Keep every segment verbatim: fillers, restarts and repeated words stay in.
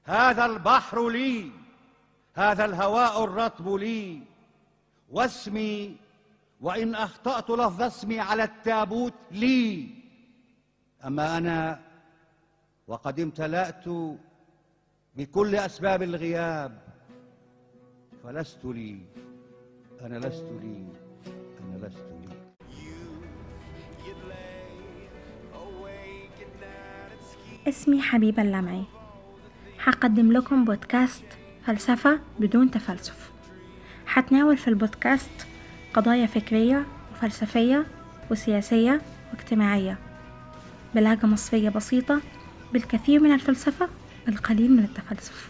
هذا البحر لي، هذا الهواء الرطب لي، واسمي وإن أخطأت لفظ اسمي على التابوت لي. أما أنا وقد امتلأت بكل أسباب الغياب فلست لي، أنا لست لي، أنا لست لي. اسمي حبيبة اللمعي، هقدم لكم بودكاست فلسفة بدون تفلسف. هتناول في البودكاست قضايا فكرية وفلسفية وسياسية واجتماعية بلهجة مصرية بسيطة، بالكثير من الفلسفة بالقليل من التفلسف.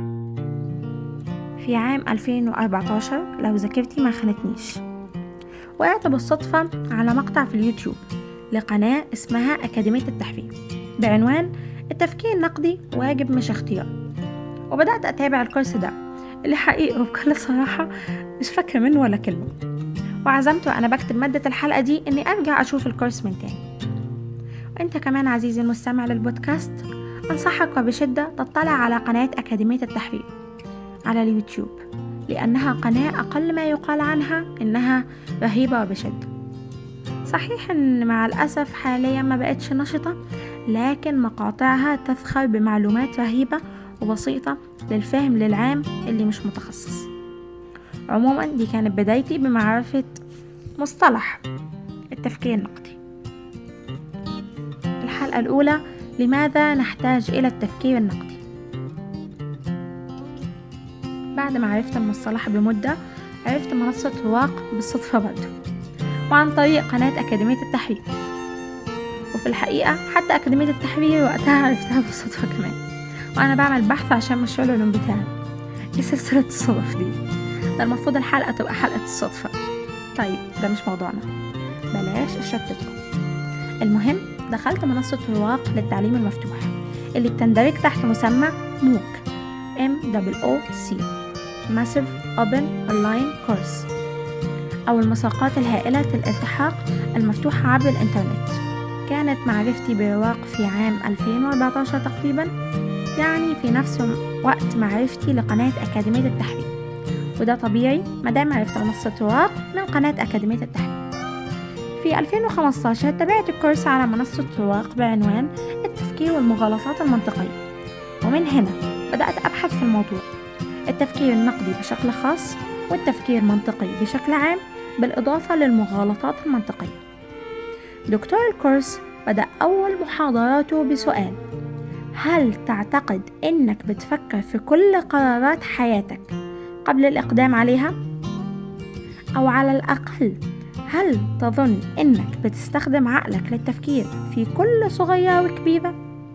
في عام ألفين وأربعة عشر لو ذاكرتي ما خانتنيش، وقعت بالصدفة على مقطع في اليوتيوب لقناة اسمها أكاديمية التحرير بعنوان التفكير النقدي واجب مش اختيار، وبدأت أتابع الكورس ده اللي حقيقي وبكل صراحة مش فاكرة منه ولا كلمة، وعزمت وأنا بكتب مادة الحلقة دي إني أرجع أشوف الكورس من تاني. وإنت كمان عزيزي المستمع للبودكاست، أنصحك وبشدة تطلع على قناة أكاديمية التحرير على اليوتيوب، لأنها قناة أقل ما يقال عنها إنها رهيبة وبشدة. صحيح إن مع الأسف حاليا ما بقتش نشطة، لكن مقاطعها تفخر بمعلومات رهيبة وبسيطة للفهم للعام اللي مش متخصص. عموما دي كانت بدايتي بمعرفة مصطلح التفكير النقدي. الحلقة الأولى: لماذا نحتاج إلى التفكير النقدي؟ بعد ما عرفت المصطلح بمدة، عرفت منصة رواق بالصدفة برضه، وعن طريق قناة أكاديمية التحرير. وفي الحقيقة حتى أكاديمية التحرير وقتها عرفتها بالصدفة كمان، وأنا بعمل بحث عشان مشروع العلوم بتاعي. إيه سلسلة الصدف دي؟ ده المفروض الحلقة تبقى حلقة الصدفة. طيب ده مش موضوعنا، بلاش أشتتكم. المهم دخلت منصة رواق للتعليم المفتوح اللي بتندرج تحت مسمى موك M O O C Massive Open Online Course، أو المساقات الهائلة الالتحاق المفتوحة عبر الإنترنت. كانت معرفتي برواق في عام ألفين وأربعة عشر تقريبا، يعني في نفس وقت معرفتي لقناة أكاديمية التحرير، وده طبيعي مادام عرفت منصة رواق من قناة أكاديمية التحرير. في ألفين وخمسة عشر تابعت الكورس على منصة رواق بعنوان التفكير والمغالطات المنطقية، ومن هنا بدأت أبحث في الموضوع: التفكير النقدي بشكل خاص والتفكير المنطقي بشكل عام، بالإضافة للمغالطات المنطقية. دكتور الكورس بدأ أول محاضراته بسؤال: هل تعتقد إنك بتفكر في كل قرارات حياتك قبل الإقدام عليها؟ أو على الأقل هل تظن إنك بتستخدم عقلك للتفكير في كل صغيرة وكبيرة؟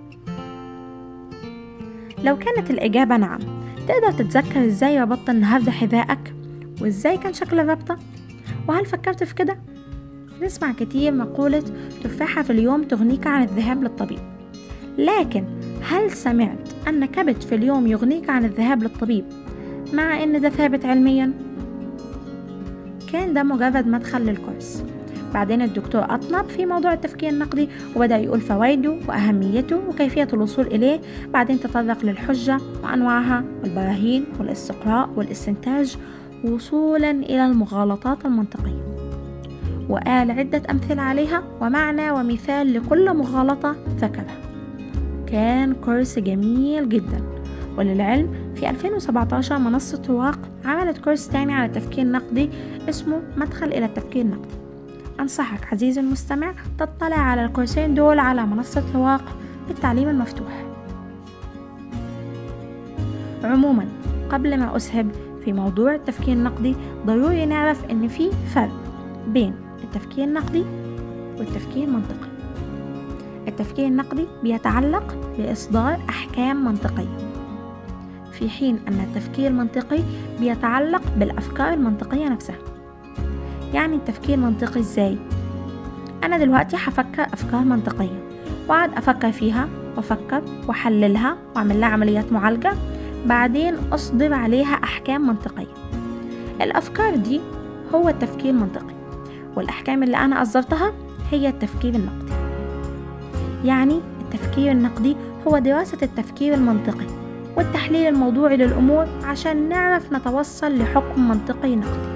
لو كانت الإجابة نعم، تقدر تتذكر إزاي ربطت النهاردة حذائك؟ وإزاي كان شكل الربطة؟ وهل فكرت في كده؟ نسمع كتير مقولة تفاحة في اليوم تغنيك عن الذهاب للطبيب، لكن هل سمعت أن كبت في اليوم يغنيك عن الذهاب للطبيب، مع أن ده ثابت علميا؟ كان ده مجرد مدخل للكورس. بعدين الدكتور أطنب في موضوع التفكير النقدي وبدأ يقول فوائده وأهميته وكيفية الوصول إليه. بعدين تطرق للحجة وأنواعها والبراهين والاستقراء والاستنتاج، وصولا إلى المغالطات المنطقية، وقال عدة أمثلة عليها ومعنى ومثال لكل مغالطة ذكرها. كان كورس جميل جدا. وللعلم في ألفين وسبعة عشر منصة رواق عملت كورس تاني على التفكير النقدي اسمه مدخل إلى التفكير النقدي. أنصحك عزيزي المستمع تطلع على الكورسين دول على منصة رواق للتعليم المفتوح. عموما قبل ما أسهب في موضوع التفكير النقدي، ضروري نعرف إن في فرق بين التفكير النقدي والتفكير المنطقي. التفكير النقدي بيتعلق بإصدار أحكام منطقية، في حين أن التفكير المنطقي بيتعلق بالأفكار المنطقية نفسها. يعني التفكير المنطقي إزاي؟ أنا دلوقتي هفكر أفكار منطقية، وقعد أفكر فيها وأفكر وحللها وأعمل لها عمليات معالجة، بعدين أصدر عليها أحكام منطقية. الأفكار دي هو التفكير المنطقي، والأحكام اللي أنا أصدرتها هي التفكير النقدي. يعني التفكير النقدي هو دراسة التفكير المنطقي والتحليل الموضوعي للأمور عشان نعرف نتوصل لحكم منطقي نقدي.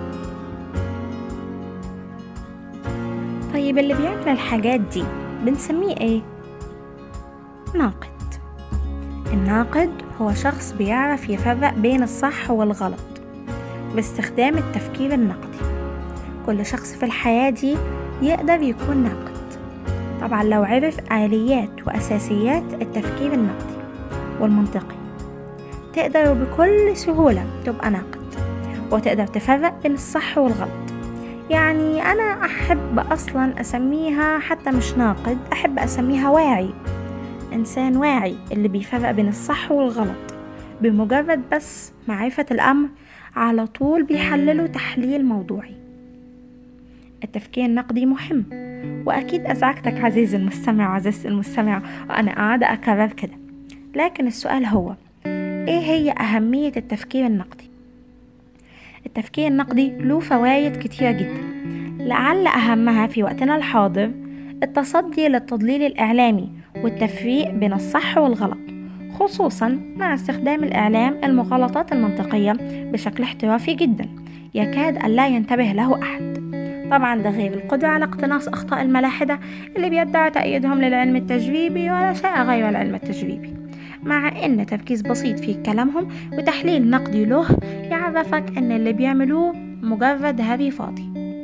طيب اللي بيعمل الحاجات دي بنسميه ايه؟ ناقد. الناقد هو شخص بيعرف يفرق بين الصح والغلط باستخدام التفكير النقدي. كل شخص في الحياة دي يقدر يكون ناقد، طبعا لو عرف آليات وأساسيات التفكير النقدي والمنطقي تقدر بكل سهولة تبقى ناقد، وتقدر تفرق بين الصح والغلط. يعني أنا أحب أصلا أسميها حتى مش ناقد، أحب أسميها واعي، إنسان واعي اللي بيفرق بين الصح والغلط بمجرد بس معرفة الأمر على طول بيحلله تحليل موضوعي. التفكير النقدي مهم، وأكيد أزعجتك عزيزي المستمع وعزيزتي المستمع وأنا قاعدة أكرر كده، لكن السؤال هو إيه هي أهمية التفكير النقدي؟ التفكير النقدي له فوائد كتيرة جدا، لعل أهمها في وقتنا الحاضر التصدي للتضليل الإعلامي والتفريق بين الصح والغلط، خصوصا مع استخدام الإعلام المغالطات المنطقية بشكل احترافي جدا يكاد ألا ينتبه له أحد. طبعا ده غير القدرة على اقتناص أخطاء الملاحدة اللي بيدعي تأييدهم للعلم التجريبي ولا شيء غير العلم التجريبي، مع ان تركيز بسيط في كلامهم وتحليل نقدي له يعرفك ان اللي بيعملوه مجرد هري فاضي.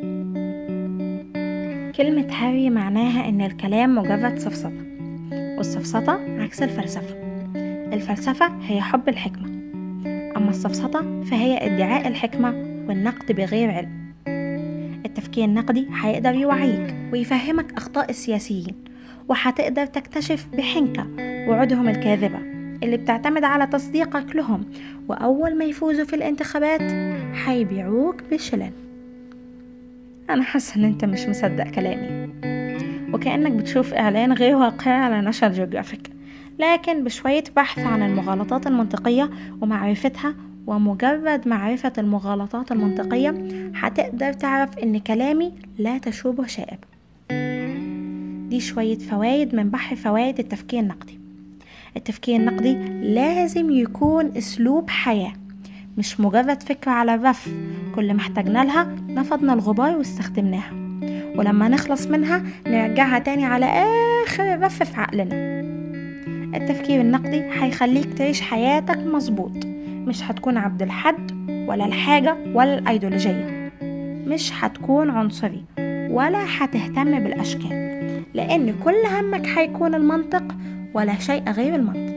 كلمة هري معناها ان الكلام مجرد سفسطة، والسفسطة عكس الفلسفة. الفلسفة هي حب الحكمة، اما السفسطة فهي ادعاء الحكمة والنقد بغير علم. التفكير النقدي هيقدر يوعيك ويفهمك اخطاء السياسيين، وهتقدر تكتشف بحنكة وعودهم الكاذبة اللي بتعتمد على تصديقك لهم، وأول ما يفوزوا في الانتخابات هيبيعوك بشلن. أنا حاسة إن أنت مش مصدق كلامي، وكأنك بتشوف إعلان غير واقعي على ناشونال جيوغرافيك، لكن بشوية بحث عن المغالطات المنطقية ومعرفتها، ومجرد معرفة المغالطات المنطقية هتقدر تعرف إن كلامي لا تشوبه شائب. دي شوية فوائد من بحر فوائد التفكير النقدي. التفكير النقدي لازم يكون أسلوب حياة، مش مجرد فكرة على الرف كل ما احتاجنا لها نفضنا الغبار واستخدمناها، ولما نخلص منها نرجعها تاني على آخر الرف في عقلنا. التفكير النقدي هيخليك تعيش حياتك مظبوط، مش هتكون عبد الحد ولا الحاجة ولا الأيديولوجية، مش هتكون عنصري ولا هتهتم بالأشكال، لأن كل همك هيكون المنطق ولا شيء غير المنطق.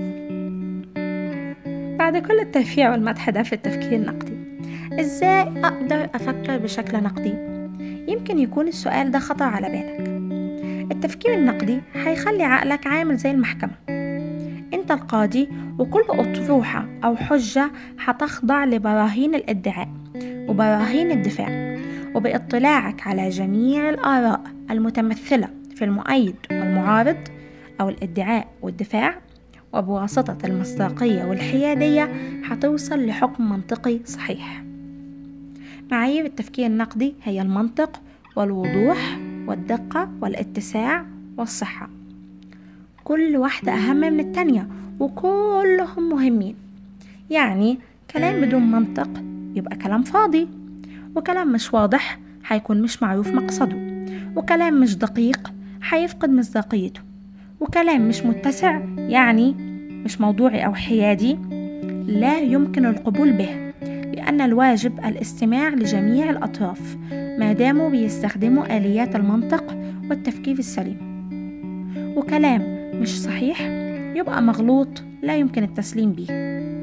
بعد كل الترفيع والمدح ده في التفكير النقدي، إزاي أقدر أفكر بشكل نقدي؟ يمكن يكون السؤال ده خطر على بالك. التفكير النقدي هيخلي عقلك عامل زي المحكمة، أنت القاضي، وكل أطروحة أو حجة هتخضع لبراهين الادعاء وبراهين الدفاع، وباطلاعك على جميع الآراء المتمثلة في المؤيد والمعارض أو الادعاء والدفاع، وبواسطة المصداقية والحيادية هتوصل لحكم منطقي صحيح. معايير التفكير النقدي هي المنطق والوضوح والدقة والاتساع والصحة، كل واحدة أهم من التانية وكلهم مهمين. يعني كلام بدون منطق يبقى كلام فاضي، وكلام مش واضح هيكون مش معروف مقصده، وكلام مش دقيق هيفقد مصداقيته، وكلام مش متسع يعني مش موضوعي أو حيادي لا يمكن القبول به، لأن الواجب الاستماع لجميع الأطراف ما داموا بيستخدموا آليات المنطق والتفكير السليم. وكلام مش صحيح يبقى مغلوط لا يمكن التسليم به.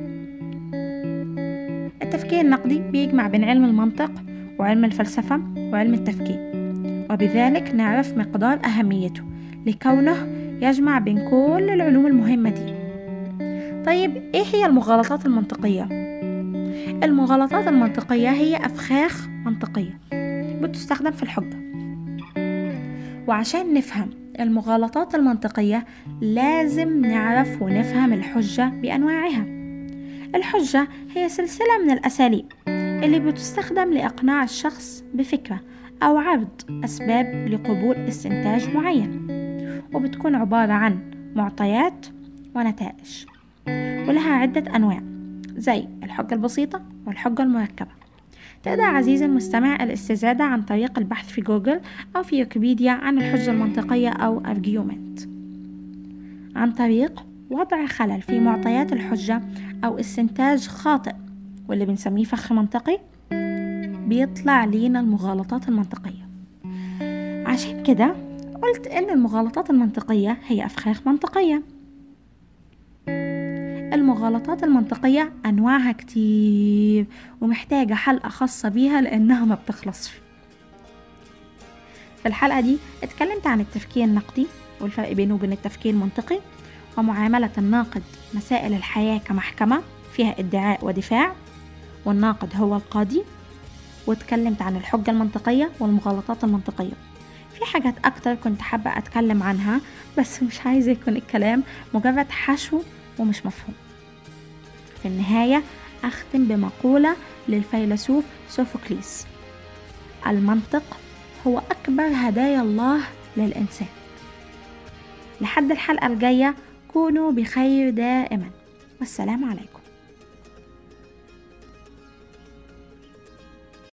التفكير النقدي بيجمع بين علم المنطق وعلم الفلسفة وعلم التفكير، وبذلك نعرف مقدار أهميته لكونه يجمع بين كل العلوم المهمة دي. طيب إيه هي المغالطات المنطقية؟ المغالطات المنطقية هي أفخاخ منطقية بتستخدم في الحجة، وعشان نفهم المغالطات المنطقية لازم نعرف ونفهم الحجة بأنواعها. الحجة هي سلسلة من الأساليب اللي بتستخدم لإقناع الشخص بفكرة أو عرض أسباب لقبول استنتاج معين، وبتكون عبارة عن معطيات ونتائج. ولها عدة أنواع زي الحجة البسيطة والحجة المركبة. تقدر عزيزي المستمع الاستزادة عن طريق البحث في جوجل أو في ويكيبيديا عن الحجة المنطقية أو argument، عن طريق وضع خلل في معطيات الحجة أو استنتاج خاطئ واللي بنسميه فخ منطقي، بيطلع لينا المغالطات المنطقية. عشان كده قلت إن المغالطات المنطقية هي أفخاخ منطقية. المغالطات المنطقية أنواعها كتير ومحتاجة حلقة خاصة بيها لأنها ما بتخلصش. في الحلقة دي اتكلمت عن التفكير النقدي والفرق بينه وبين التفكير المنطقي، ومعاملة الناقد مسائل الحياة كمحكمة فيها ادعاء ودفاع، والناقد هو القاضي. واتكلمت عن الحجة المنطقية والمغالطات المنطقية. في حاجات أكتر كنت حابة أتكلم عنها، بس مش عايزة يكون الكلام مجرد حشو ومش مفهوم. في النهاية أختم بمقولة للفيلسوف سوفوكليس: المنطق هو أكبر هدايا الله للإنسان. لحد الحلقة الجاية كونوا بخير دائما، والسلام عليكم.